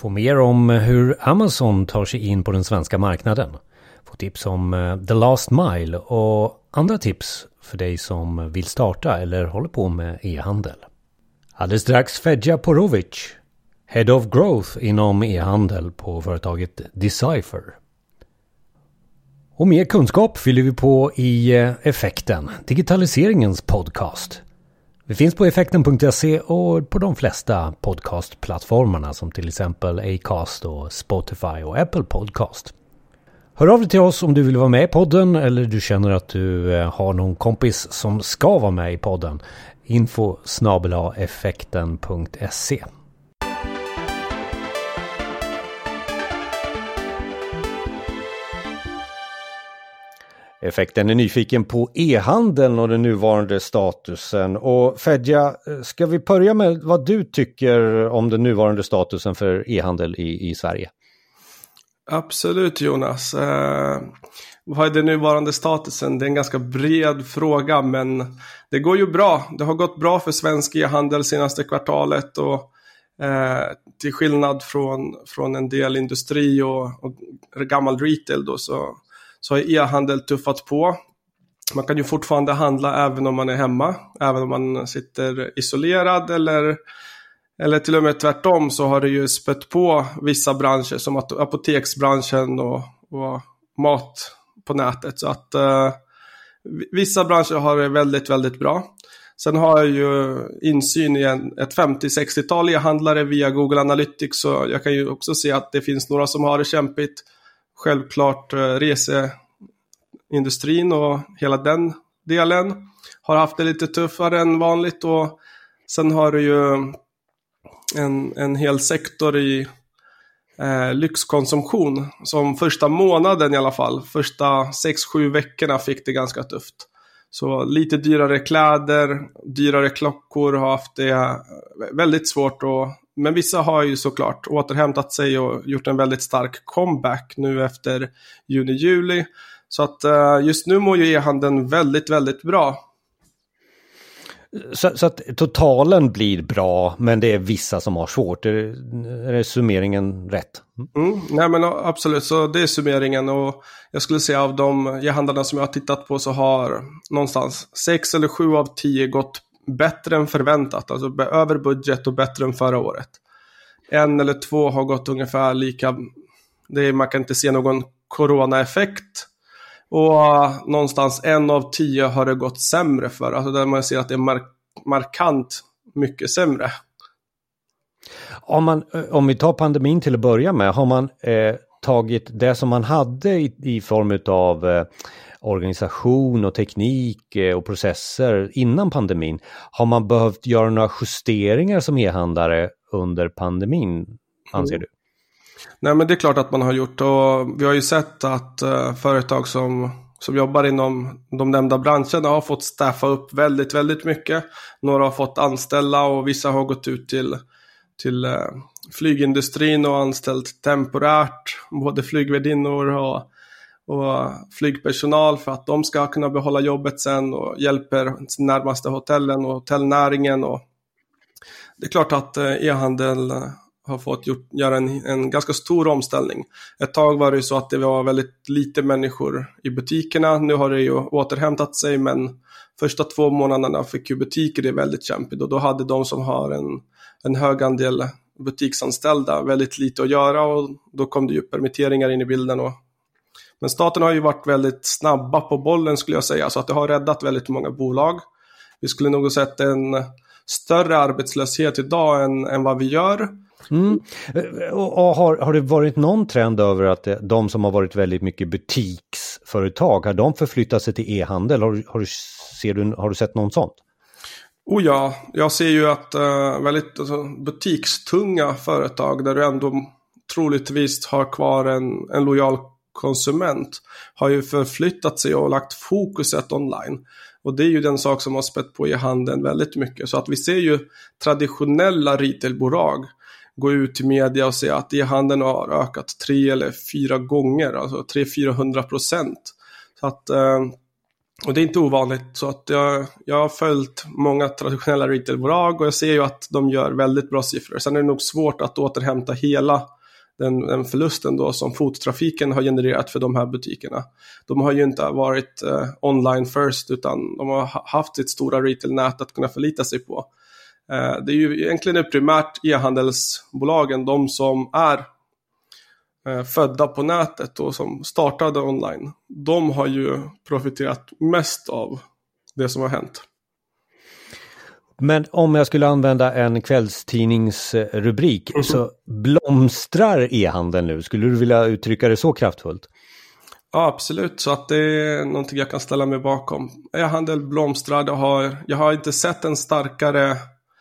Få mer om hur Amazon tar sig in på den svenska marknaden. Få tips om The Last Mile och andra tips för dig som vill starta eller håller på med e-handel. Alldeles strax Fedja Porovic, Head of Growth inom e-handel på företaget Decipher. Och mer kunskap fyller vi på i Effekten, digitaliseringens podcast. Vi finns på effekten.se och på de flesta podcastplattformarna som till exempel Acast och Spotify och Apple Podcast. Hör av dig till oss om du vill vara med i podden eller du känner att du har någon kompis som ska vara med i podden. info@effekten.se. Effekten är nyfiken på e-handeln och den nuvarande statusen. Och Fedja, ska vi börja med vad du tycker om den nuvarande statusen för e-handel i Sverige? Absolut Jonas. Vad är den nuvarande statusen? Det är en ganska bred fråga, men det går ju bra. Det har gått bra för svensk e-handel senaste kvartalet och till skillnad från en del industri och gammal retail då, så har e-handel tuffat på. Man kan ju fortfarande handla även om man är hemma, även om man sitter isolerad eller till och med tvärtom, så har det ju spött på vissa branscher som apoteksbranschen och mat på nätet. Så att vissa branscher har det väldigt, väldigt bra. Sen har jag ju insyn i ett 50-60-tal e-handlare via Google Analytics, så jag kan ju också se att det finns några som har det kämpigt. Självklart reseindustrin och hela den delen har haft det lite tuffare än vanligt, och sen har du ju en hel sektor i lyxkonsumtion som första månaden i alla fall, första 6-7 veckorna fick det ganska tufft. Så lite dyrare kläder, dyrare klockor har haft det väldigt svårt, men vissa har ju såklart återhämtat sig och gjort en väldigt stark comeback nu efter juni-juli. Så att just nu mår ju e-handeln väldigt, väldigt bra. Så att totalen blir bra, men det är vissa som har svårt. Är summeringen rätt? Nej men absolut, så det är summeringen, och jag skulle säga av de e-handlarna som jag har tittat på så har någonstans 6 eller 7 av 10 gått bättre än förväntat, alltså över budget och bättre än förra året. 1 eller 2 har gått ungefär lika, man kan inte se någon coronaeffekt. Och någonstans 1 av 10 har det gått sämre för. Alltså där man ser att det är markant mycket sämre. Om vi tar pandemin till att börja med, har man tagit det som man hade i form av organisation och teknik och processer innan pandemin. Har man behövt göra några justeringar som e-handlare under pandemin, anser du? Nej, men det är klart att man har gjort, och vi har ju sett att företag som jobbar inom de nämnda branscherna har fått staffa upp väldigt, väldigt mycket. Några har fått anställa och vissa har gått ut till flygindustrin och anställt temporärt både flygvärdinnor och flygpersonal för att de ska kunna behålla jobbet sen, och hjälper närmaste hotellen och hotellnäringen. Och det är klart att e-handel har fått göra en ganska stor omställning. Ett tag var det så att det var väldigt lite människor i butikerna. Nu har det ju återhämtat sig, men första 2 månaderna fick ju butiker det väldigt kämpigt. Och då hade de som har en hög andel butiksanställda väldigt lite att göra, och då kom det ju permitteringar in i bilden. Men staten har ju varit väldigt snabba på bollen, skulle jag säga, så att det har räddat väldigt många bolag. Vi skulle nog ha sett en större arbetslöshet idag än vad vi gör. Och har det varit någon trend över att de som har varit väldigt mycket butiksföretag, har de förflyttat sig till e-handel? Har du sett någon sånt? Oh ja, jag ser ju att väldigt butikstunga företag där du ändå troligtvis har kvar en lojal konsument har ju förflyttat sig och lagt fokuset online. Och det är ju den sak som har spett på e-handeln väldigt mycket. Så att vi ser ju traditionella retailbolag gå ut i media och säga att e-handeln har ökat 3 eller 4 gånger, alltså 300-400%. Så att Och det är inte ovanligt, så att jag har följt många traditionella retailbolag och jag ser ju att de gör väldigt bra siffror. Sen är det nog svårt att återhämta hela den förlusten då som fottrafiken har genererat för de här butikerna. De har ju inte varit online first, utan de har haft sitt stora retailnät att kunna förlita sig på. Det är ju egentligen primärt e-handelsbolagen, de som är födda på nätet och som startade online. De har ju profiterat mest av det som har hänt. Men om jag skulle använda en kvällstidningsrubrik så blomstrar e-handeln nu. Skulle du vilja uttrycka det så kraftfullt? Ja, absolut. Så att det är någonting jag kan ställa mig bakom. E-handel blomstrar. Jag har inte sett en starkare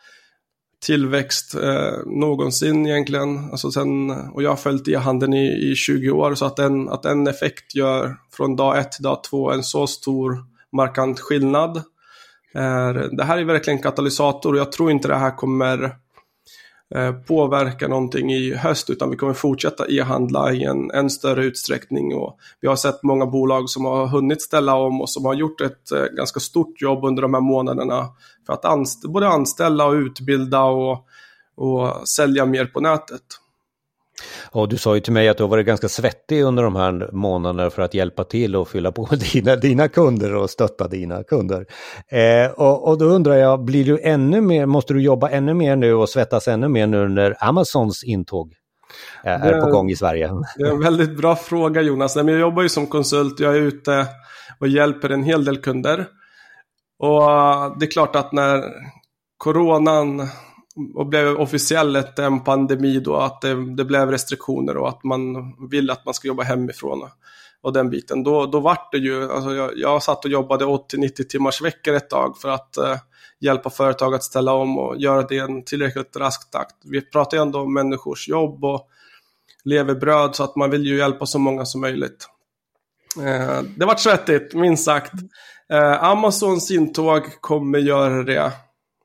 tillväxt någonsin egentligen. Alltså och jag har följt e-handeln i 20 år, så att en effekt gör från dag 1 till dag 2 en så stor markant skillnad. Det här är verkligen en katalysator och jag tror inte det här kommer påverka någonting i höst, utan vi kommer fortsätta e-handla i en större utsträckning, och vi har sett många bolag som har hunnit ställa om och som har gjort ett ganska stort jobb under de här månaderna för att både anställa och utbilda och sälja mer på nätet. Och du sa ju till mig att du har varit ganska svettig under de här månaderna för att hjälpa till och fylla på dina kunder och stötta dina kunder. Och då undrar jag, blir du måste du jobba ännu mer nu och svettas ännu mer nu när Amazons intåg är på gång i Sverige? Det är en väldigt bra fråga, Jonas. Jag jobbar ju som konsult, jag är ute och hjälper en hel del kunder. Och det är klart att när coronan och blev officiellt en pandemi då, att det blev restriktioner och att man vill att man ska jobba hemifrån och den biten, då vart det ju, alltså jag satt och jobbade 80-90 timmars veckor ett tag för att hjälpa företag att ställa om och göra det i en tillräckligt rask takt. Vi pratar ju ändå om människors jobb och levebröd, så att man vill ju hjälpa så många som möjligt. Det vart svettigt, minst sagt. Amazons intåg kommer göra det.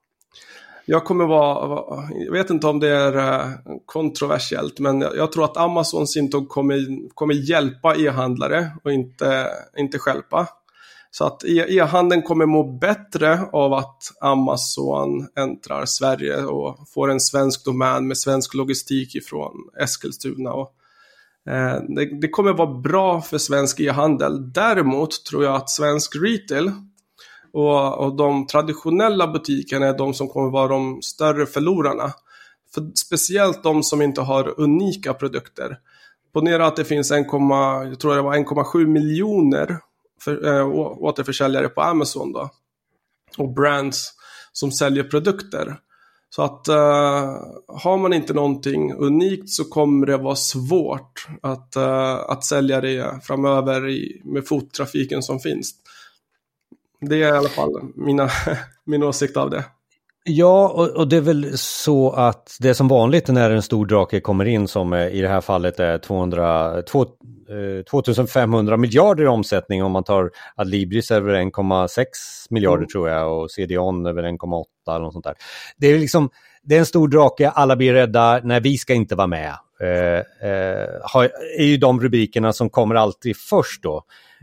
Jag vet inte om det är kontroversiellt, men jag tror att Amazons intåg kommer hjälpa e-handlare och inte stjälpa. Så att e-handeln kommer må bättre av att Amazon äntrar Sverige och får en svensk domän med svensk logistik ifrån Eskilstuna. Det kommer vara bra för svensk e-handel. Däremot tror jag att svensk retail och de traditionella butikerna är de som kommer vara de större förlorarna. För speciellt de som inte har unika produkter. Ponera att det finns 1,7 miljoner återförsäljare på Amazon då. Och brands som säljer produkter. Så att har man inte någonting unikt så kommer det vara svårt att sälja det framöver med fottrafiken som finns. Det är i alla fall min åsikt av det. Ja, och det är väl så att det är som vanligt när en stor drake kommer in, som i det här fallet är 2500 miljarder i omsättning, om man tar Adlibris över 1,6 miljarder tror jag, och CDON över 1,8 eller något sånt där. Det är en stor drake, alla blir rädda, när vi ska inte vara med. Är ju de rubrikerna som kommer alltid först då.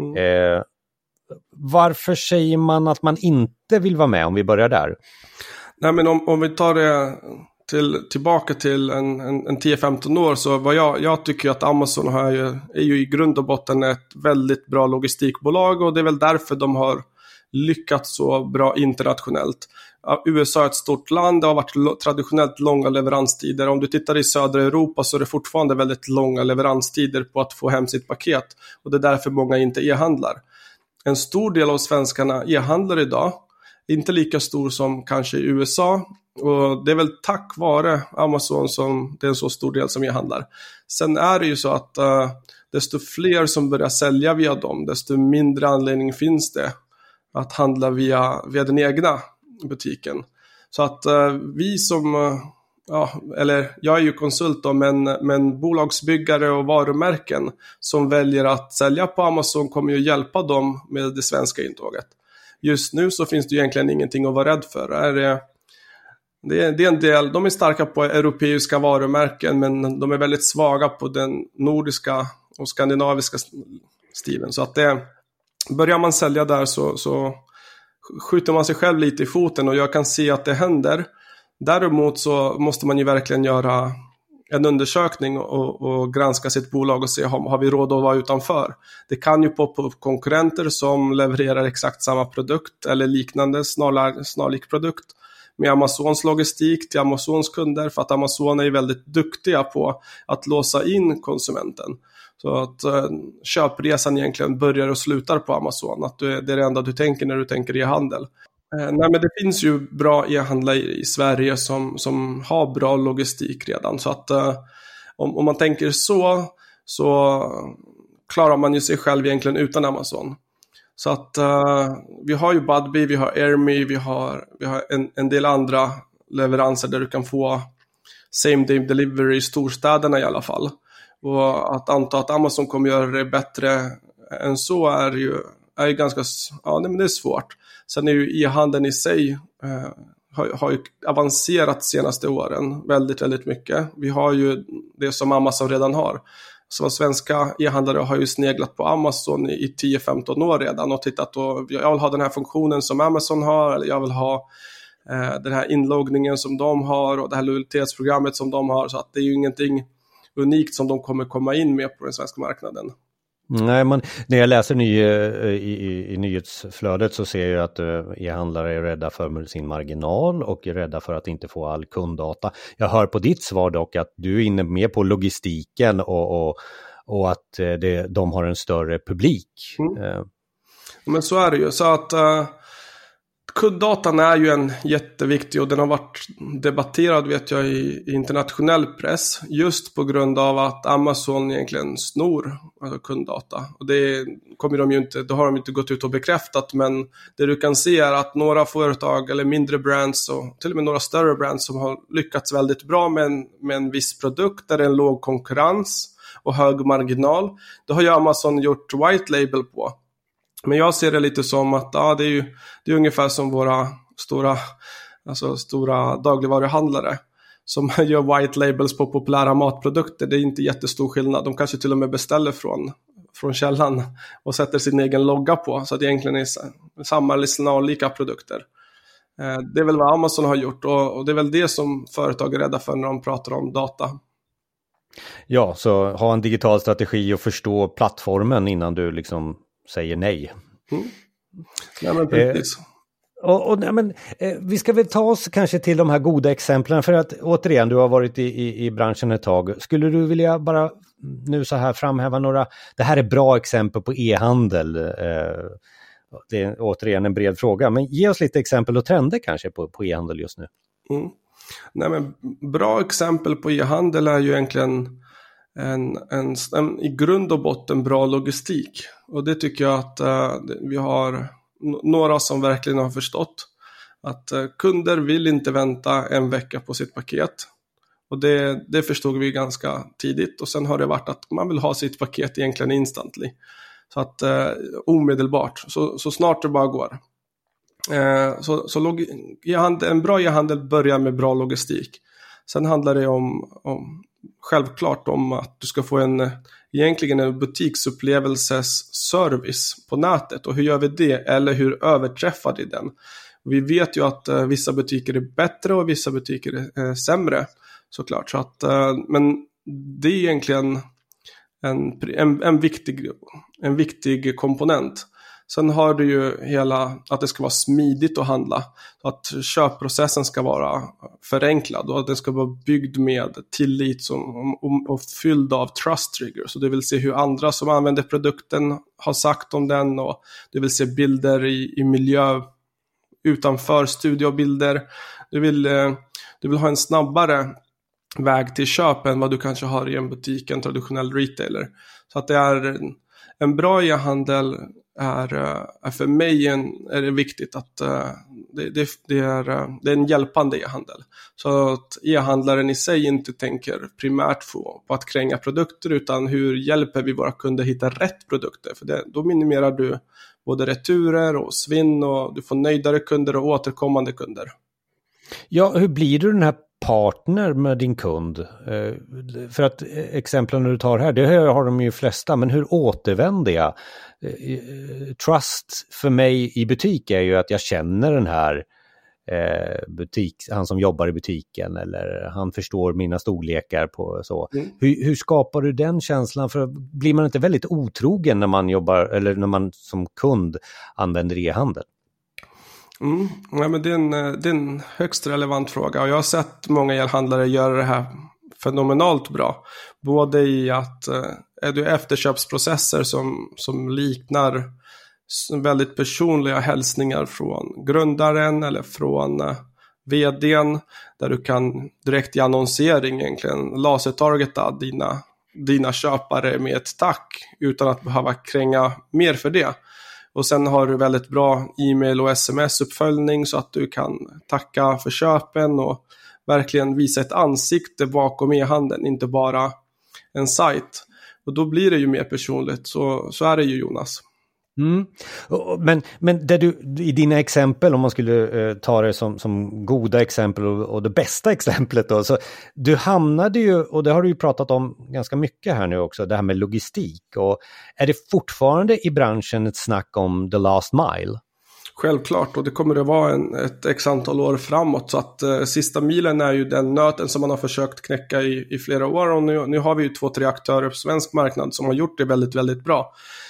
Varför säger man att man inte vill vara med, om vi börjar där? Nej, men om vi tar det tillbaka till en 10-15 år, så vad jag tycker att Amazon är ju i grund och botten ett väldigt bra logistikbolag, och det är väl därför de har lyckats så bra internationellt. USA är ett stort land, det har varit traditionellt långa leveranstider. Om du tittar i södra Europa så är det fortfarande väldigt långa leveranstider på att få hem sitt paket, och det är därför många inte e-handlar. En stor del av svenskarna e-handlar idag, inte lika stor som kanske i USA, och det är väl tack vare Amazon som det är en så stor del som e-handlar. Sen är det ju så att desto fler som börjar sälja via dem, desto mindre anledning finns det att handla via den egna butiken. Så att vi som, jag är ju konsult då, men bolagsbyggare och varumärken som väljer att sälja på Amazon kommer ju hjälpa dem med det svenska intåget. Just nu så finns det ju egentligen ingenting att vara rädd för. Det är en del, de är starka på europeiska varumärken, men de är väldigt svaga på den nordiska och skandinaviska stilen. Så att börjar man sälja där så skjuter man sig själv lite i foten, och jag kan se att det händer. Däremot så måste man ju verkligen göra en undersökning och granska sitt bolag och se har vi råd att vara utanför. Det kan ju poppa upp konkurrenter som levererar exakt samma produkt eller liknande snarlik produkt med Amazons logistik till Amazons kunder, för att Amazon är väldigt duktiga på att låsa in konsumenten. Så att köpresan egentligen börjar och slutar på Amazon. Att det är det enda du tänker när du tänker e-handel. Nej, men det finns ju bra e-handlare i Sverige som har bra logistik redan. Så att om man tänker så klarar man ju sig själv egentligen utan Amazon. Så att vi har ju Budbee, vi har Airme, vi har en del andra leveranser där du kan få same day delivery i storstäderna i alla fall. Och att anta att Amazon kommer göra det bättre än så är ju ganska, men det är svårt. Sen är ju e-handeln i sig har ju avancerat de senaste åren väldigt, väldigt mycket. Vi har ju det som Amazon redan har. Så svenska e-handlare har ju sneglat på Amazon i 10-15 år redan och tittat, och jag vill ha den här funktionen som Amazon har, eller jag vill ha den här inloggningen som de har och det här lojalitetsprogrammet som de har. Så att det är ju ingenting unikt som de kommer komma in med på den svenska marknaden. Nej, men när jag läser i nyhetsflödet så ser jag att e-handlare är rädda för sin marginal och är rädda för att inte få all kunddata. Jag hör på ditt svar dock att du är inne mer på logistiken och att de har en större publik. Men så är det ju. Så att kunddatan är ju en jätteviktig, och den har varit debatterad, vet jag, i internationell press just på grund av att Amazon egentligen snor kunddata. Och det har de inte gått ut och bekräftat, men det du kan se är att några företag eller mindre brands och till och med några större brands som har lyckats väldigt bra med en viss produkt där det är en låg konkurrens och hög marginal, då har ju Amazon gjort white label på. Men jag ser det lite som att det är ungefär som våra stora dagligvaruhandlare som gör white labels på populära matprodukter. Det är inte jättestor skillnad. De kanske till och med beställer från källan och sätter sin egen logga på. Så att det egentligen är samma eller snarlika produkter. Det är väl vad Amazon har gjort, och det är väl det som företag är rädda för när de pratar om data. Ja, så ha en digital strategi och förstå plattformen innan du liksom säger nej. Ja, men precis. Vi ska väl ta oss kanske till de här goda exemplen, för att återigen, du har varit i branschen ett tag. Skulle du vilja bara nu så här framhäva några, det här är bra exempel på e-handel. Det är återigen en bred fråga, men ge oss lite exempel och trender kanske på e-handel just nu. Nej, men bra exempel på e-handel är ju egentligen en i grund och botten bra logistik. Och det tycker jag att vi har några som verkligen har förstått. Att kunder vill inte vänta en vecka på sitt paket. Och det förstod vi ganska tidigt. Och sen har det varit att man vill ha sitt paket egentligen instantly. Så att omedelbart, så snart det bara går. En bra e-handel börjar med bra logistik. Sen handlar det självklart om att du ska få egentligen en butiksupplevelses-service på nätet. Och hur gör vi det? Eller hur överträffar vi den? Vi vet ju att vissa butiker är bättre och vissa butiker är sämre, såklart. Så att, men det är egentligen en viktig komponent. Sen har du ju att det ska vara smidigt att handla. Så att köpprocessen ska vara förenklad och att den ska vara byggd med tillit och fylld av trust triggers. Så du vill se hur andra som använder produkten har sagt om den, och du vill se bilder i miljö utanför studiobilder. Du vill ha en snabbare väg till köp än vad du kanske har i en butik, en traditionell retailer. Så att det är en bra e-handel är för mig är det viktigt att det är en hjälpande e-handel. Så att e-handlaren i sig inte tänker primärt på att kränga produkter, utan hur hjälper vi våra kunder hitta rätt produkter. För då minimerar du både returer och svinn, och du får nöjdare kunder och återkommande kunder. Ja, hur blir du den här partner med din kund? För att exemplen du tar här, det har de ju flesta, men hur återvänder jag? Trust för mig i butik är ju att jag känner den här han som jobbar i butiken, eller han förstår mina storlekar på så. Hur skapar du den känslan? För blir man inte väldigt otrogen när man jobbar, eller när man som kund använder e-handel? Ja, men det är en högst relevant fråga, och jag har sett många e-handlare göra det här fenomenalt bra. Både i att är det efterköpsprocesser som liknar väldigt personliga hälsningar från grundaren eller från vdn, där du kan direkt i annonsering egentligen lasertargeta dina köpare med ett tack utan att behöva kränga mer för det. Och sen har du väldigt bra e-mail och sms-uppföljning så att du kan tacka för köpen och verkligen visa ett ansikte bakom e-handeln, inte bara en sajt. Och då blir det ju mer personligt, så är det ju, Jonas. Men där du, i dina exempel, om man skulle ta det som goda exempel och det bästa exemplet då, så du hamnade ju, och det har du ju pratat om ganska mycket här nu också, det här med logistik, och är det fortfarande i branschen ett snack om the last mile? Självklart, och det kommer att vara ett x antal år framåt, så att sista milen är ju den nöten som man har försökt knäcka i flera år, och nu har vi ju 2-3 aktörer på svensk marknad som har gjort det väldigt, väldigt bra.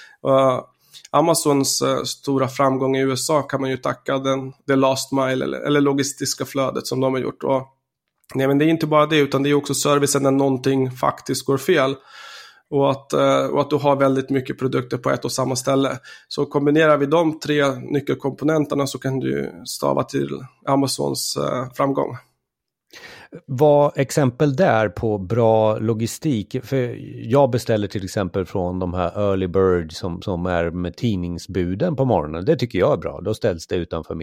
Amazons stora framgång i USA kan man ju tacka det last mile eller logistiska flödet som de har gjort. Och, nej, men det är inte bara det, utan det är också servicen när någonting faktiskt går fel. Och att du har väldigt mycket produkter på ett och samma ställe. Så kombinerar vi de 3 nyckelkomponenterna så kan du stava till Amazons framgång. Vad exempel där på bra logistik? För jag beställer till exempel från de här early bird som är med tidningsbuden på morgonen. Det tycker jag är bra. Då ställs det utanför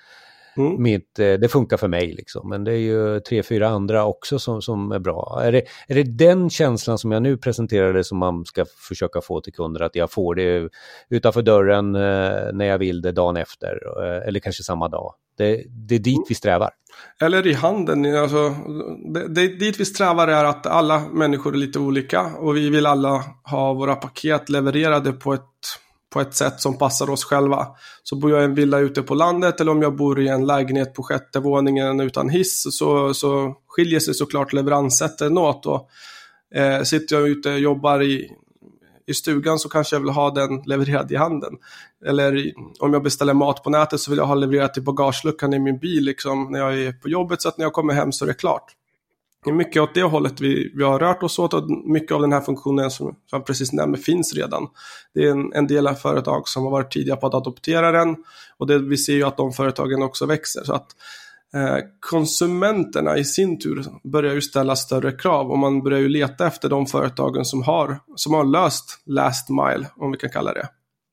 det funkar för mig liksom. Men det är ju 3-4 andra också som är bra. Är det den känslan som jag nu presenterade som man ska försöka få till kunder, att jag får det utanför dörren när jag vill det dagen efter, eller kanske samma dag? Det är dit vi strävar. Eller i handeln, alltså, det dit vi strävar är att alla människor är lite olika, och vi vill alla ha våra paket levererade på ett sätt som passar oss själva. Så bor jag i en villa ute på landet, eller om jag bor i en lägenhet på 6:e våningen utan hiss, så skiljer sig såklart leveranssätten åt. Och sitter jag ute och jobbar i stugan, så kanske jag vill ha den levererad i handen. Eller om jag beställer mat på nätet, så vill jag ha levererat i bagageluckan i min bil liksom, när jag är på jobbet, så att när jag kommer hem så är det klart. Det är mycket åt det hållet vi har rört oss åt, och mycket av den här funktionen som jag precis nämnde finns redan. Det är en del av företag som har varit tidiga på att adoptera den, och vi ser ju att de företagen också växer. Så att konsumenterna i sin tur börjar ju ställa större krav, och man börjar ju leta efter de företagen som har löst last mile, om vi kan kalla det.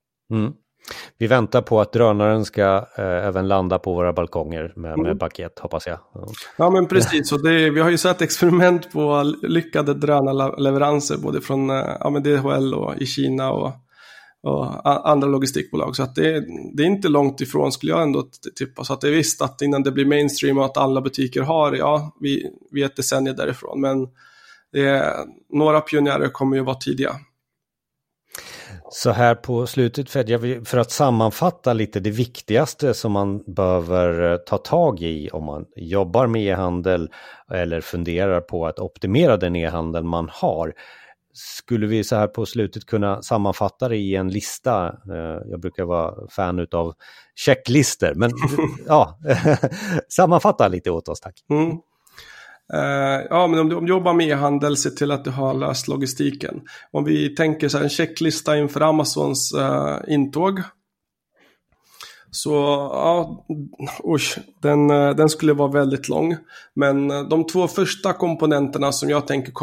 Vi väntar på att drönaren ska även landa på våra balkonger med paket, hoppas jag. Ja, men precis. Så vi har ju sett experiment på lyckade drönarleveranser både från DHL och i Kina och andra logistikbolag. Så att det är inte långt ifrån, skulle jag ändå tippa. Så att det är visst att innan det blir mainstream och att alla butiker har, vi är ett decennium därifrån. Men några pionjärer kommer ju vara tidiga. Så här på slutet, för att sammanfatta lite det viktigaste som man behöver ta tag i om man jobbar med e-handel eller funderar på att optimera den e-handel man har. Skulle vi så här på slutet kunna sammanfatta det i en lista? Jag brukar vara fan utav checklister, men ja, sammanfatta lite åt oss, tack. Men om du jobbar med e-handel, se till att du har löst logistiken. Om vi tänker så här, en checklista inför Amazons intåg, så den skulle vara väldigt lång. Men de 2 första komponenterna som jag tänker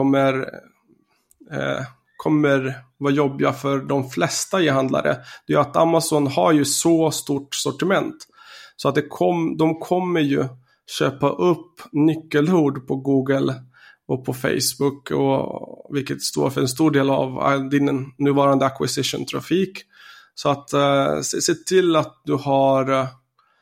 kommer vara jobbiga för de flesta e-handlare, det är att Amazon har ju så stort sortiment, så att de kommer ju köpa upp nyckelord på Google och på Facebook, och vilket står för en stor del av din nuvarande acquisition-trafik. Så att se till att du har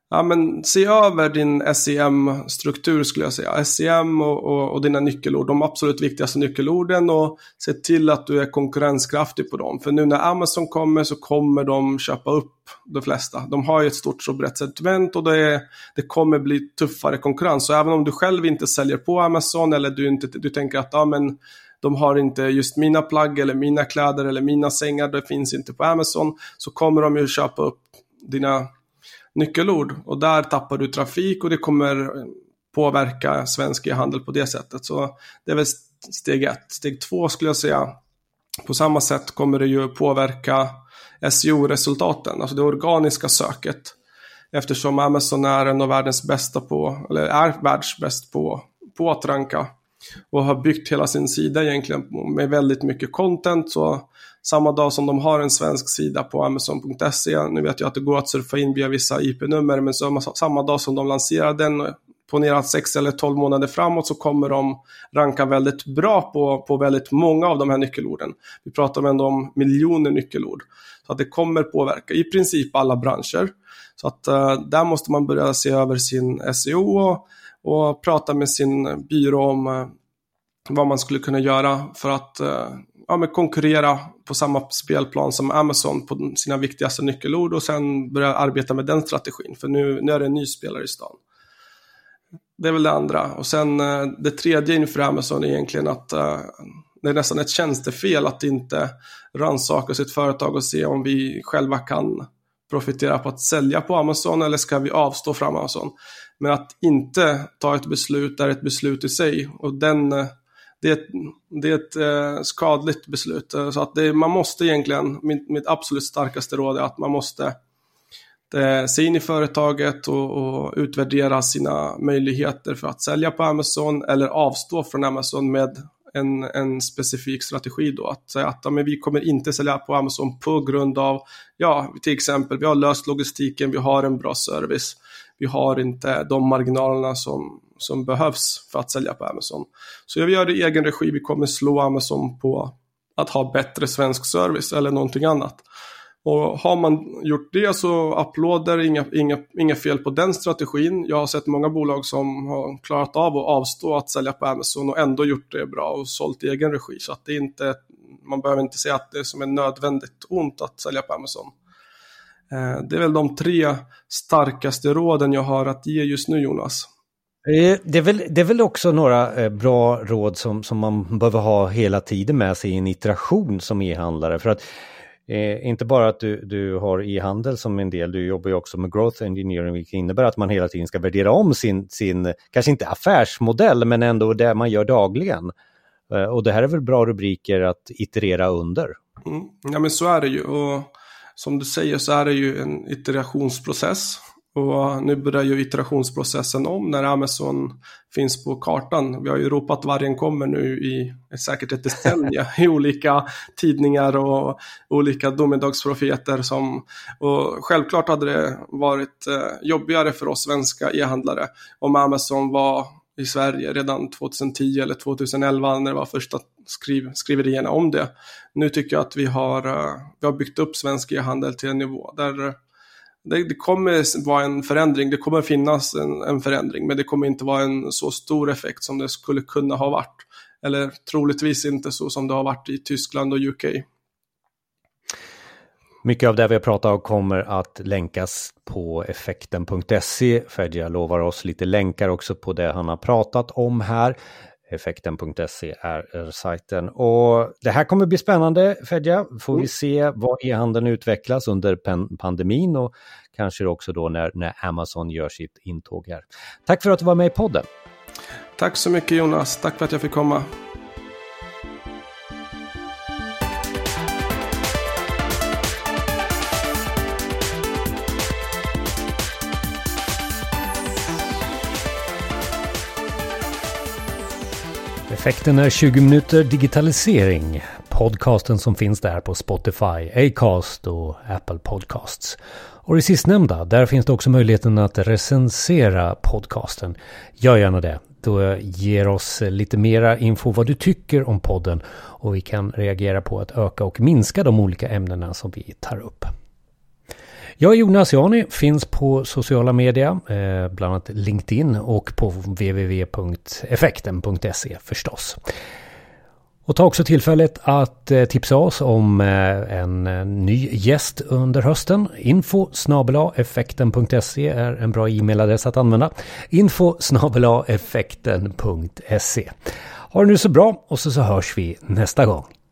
ja, men se över din SEM-struktur skulle jag säga. SEM och dina nyckelord, de absolut viktigaste nyckelorden, och se till att du är konkurrenskraftig på dem. För nu när Amazon kommer så kommer de köpa upp de flesta. De har ju ett stort så brett segment och det kommer bli tuffare konkurrens. Så även om du själv inte säljer på Amazon eller du tänker att ja, men de har inte just mina plagg eller mina kläder eller mina sängar, det finns inte på Amazon, så kommer de ju köpa upp dina nyckelord, och där tappar du trafik och det kommer påverka svensk e-handel på det sättet. Så det är väl steg 1. Steg 2 skulle jag säga, på samma sätt kommer det ju påverka SEO-resultaten, alltså det organiska söket, eftersom Amazon är en av världens bästa på, eller är världsbäst på att ranka och har byggt hela sin sida egentligen med väldigt mycket content. Så samma dag som de har en svensk sida på Amazon.se, nu vet jag att det går att surfa in via vissa IP-nummer, men samma dag som de lanserar den, ponerat 6 eller 12 månader framåt, så kommer de ranka väldigt bra på väldigt många av de här nyckelorden. Vi pratar ändå om miljoner nyckelord. Så att det kommer påverka i princip alla branscher. Så att där måste man börja se över sin SEO och prata med sin byrå om vad man skulle kunna göra för att konkurrera på samma spelplan som Amazon på sina viktigaste nyckelord, och sen börja arbeta med den strategin. För nu är det en ny spelare i stan. Det är väl det andra. Och sen det tredje inför Amazon är egentligen att det är nästan ett tjänstefel att inte rannsaka sitt företag och se om vi själva kan profitera på att sälja på Amazon eller ska vi avstå från Amazon. Men att inte ta ett beslut är ett beslut i sig, och det är ett skadligt beslut. Så att man måste egentligen, mitt absolut starkaste råd är att man måste se in i företaget och utvärdera sina möjligheter för att sälja på Amazon eller avstå från Amazon med en specifik strategi då. Att säga att men vi kommer inte sälja på Amazon på grund av, till exempel vi har löst logistiken, vi har en bra service, vi har inte de marginalerna som behövs för att sälja på Amazon. Så jag gör det i egen regi, vi kommer slå Amazon på att ha bättre svensk service eller någonting annat. Och har man gjort det så applåder inga fel på den strategin. Jag har sett många bolag som har klarat av att avstå att sälja på Amazon och ändå gjort det bra och sålt i egen regi. Så att det är inte, man behöver inte säga att det är som är nödvändigt ont att sälja på Amazon. Det är väl de 3 starkaste råden jag har att ge just nu, Jonas. Det är väl också några bra råd som man behöver ha hela tiden med sig i en iteration som e-handlare. För att inte bara att du har e-handel som en del, du jobbar ju också med growth engineering, vilket innebär att man hela tiden ska värdera om sin kanske inte affärsmodell, men ändå det man gör dagligen. Och det här är väl bra rubriker att iterera under. Ja, men så är det ju, och som du säger så är det ju en iterationsprocess. Och nu börjar ju iterationsprocessen om när Amazon finns på kartan. Vi har ju ropat vargen kommer nu i säkert ett decennium i olika tidningar och olika domedagsprofeter. Och självklart hade det varit jobbigare för oss svenska e-handlare om Amazon var i Sverige redan 2010 eller 2011 när det var första skriverierna om det. Nu tycker jag att vi har byggt upp svensk e-handel till en nivå där det kommer vara en förändring, det kommer finnas en förändring, men det kommer inte vara en så stor effekt som det skulle kunna ha varit. Eller troligtvis inte så som det har varit i Tyskland och UK. Mycket av det vi har pratat om kommer att länkas på effekten.se. Fedja lovar oss lite länkar också på det han har pratat om här. Effekten.se är sajten. Och det här kommer bli spännande, Fedja. Får vi se vad e-handeln utvecklas under pandemin och kanske också då när Amazon gör sitt intåg här. Tack för att du var med i podden. Tack så mycket, Jonas. Tack för att jag fick komma. Effekten är 20 minuter digitalisering. Podcasten som finns där på Spotify, Acast och Apple Podcasts. Och i sistnämnda, där finns det också möjligheten att recensera podcasten. Gör gärna det. Då ger oss lite mera info vad du tycker om podden och vi kan reagera på att öka och minska de olika ämnena som vi tar upp. Jag är Jonas Jani, finns på sociala medier, bland annat LinkedIn och på www.effekten.se förstås. Och ta också tillfället att tipsa oss om en ny gäst under hösten. info@effekten.se är en bra e-mailadress att använda. info@effekten.se. Ha det nu så bra och så hörs vi nästa gång.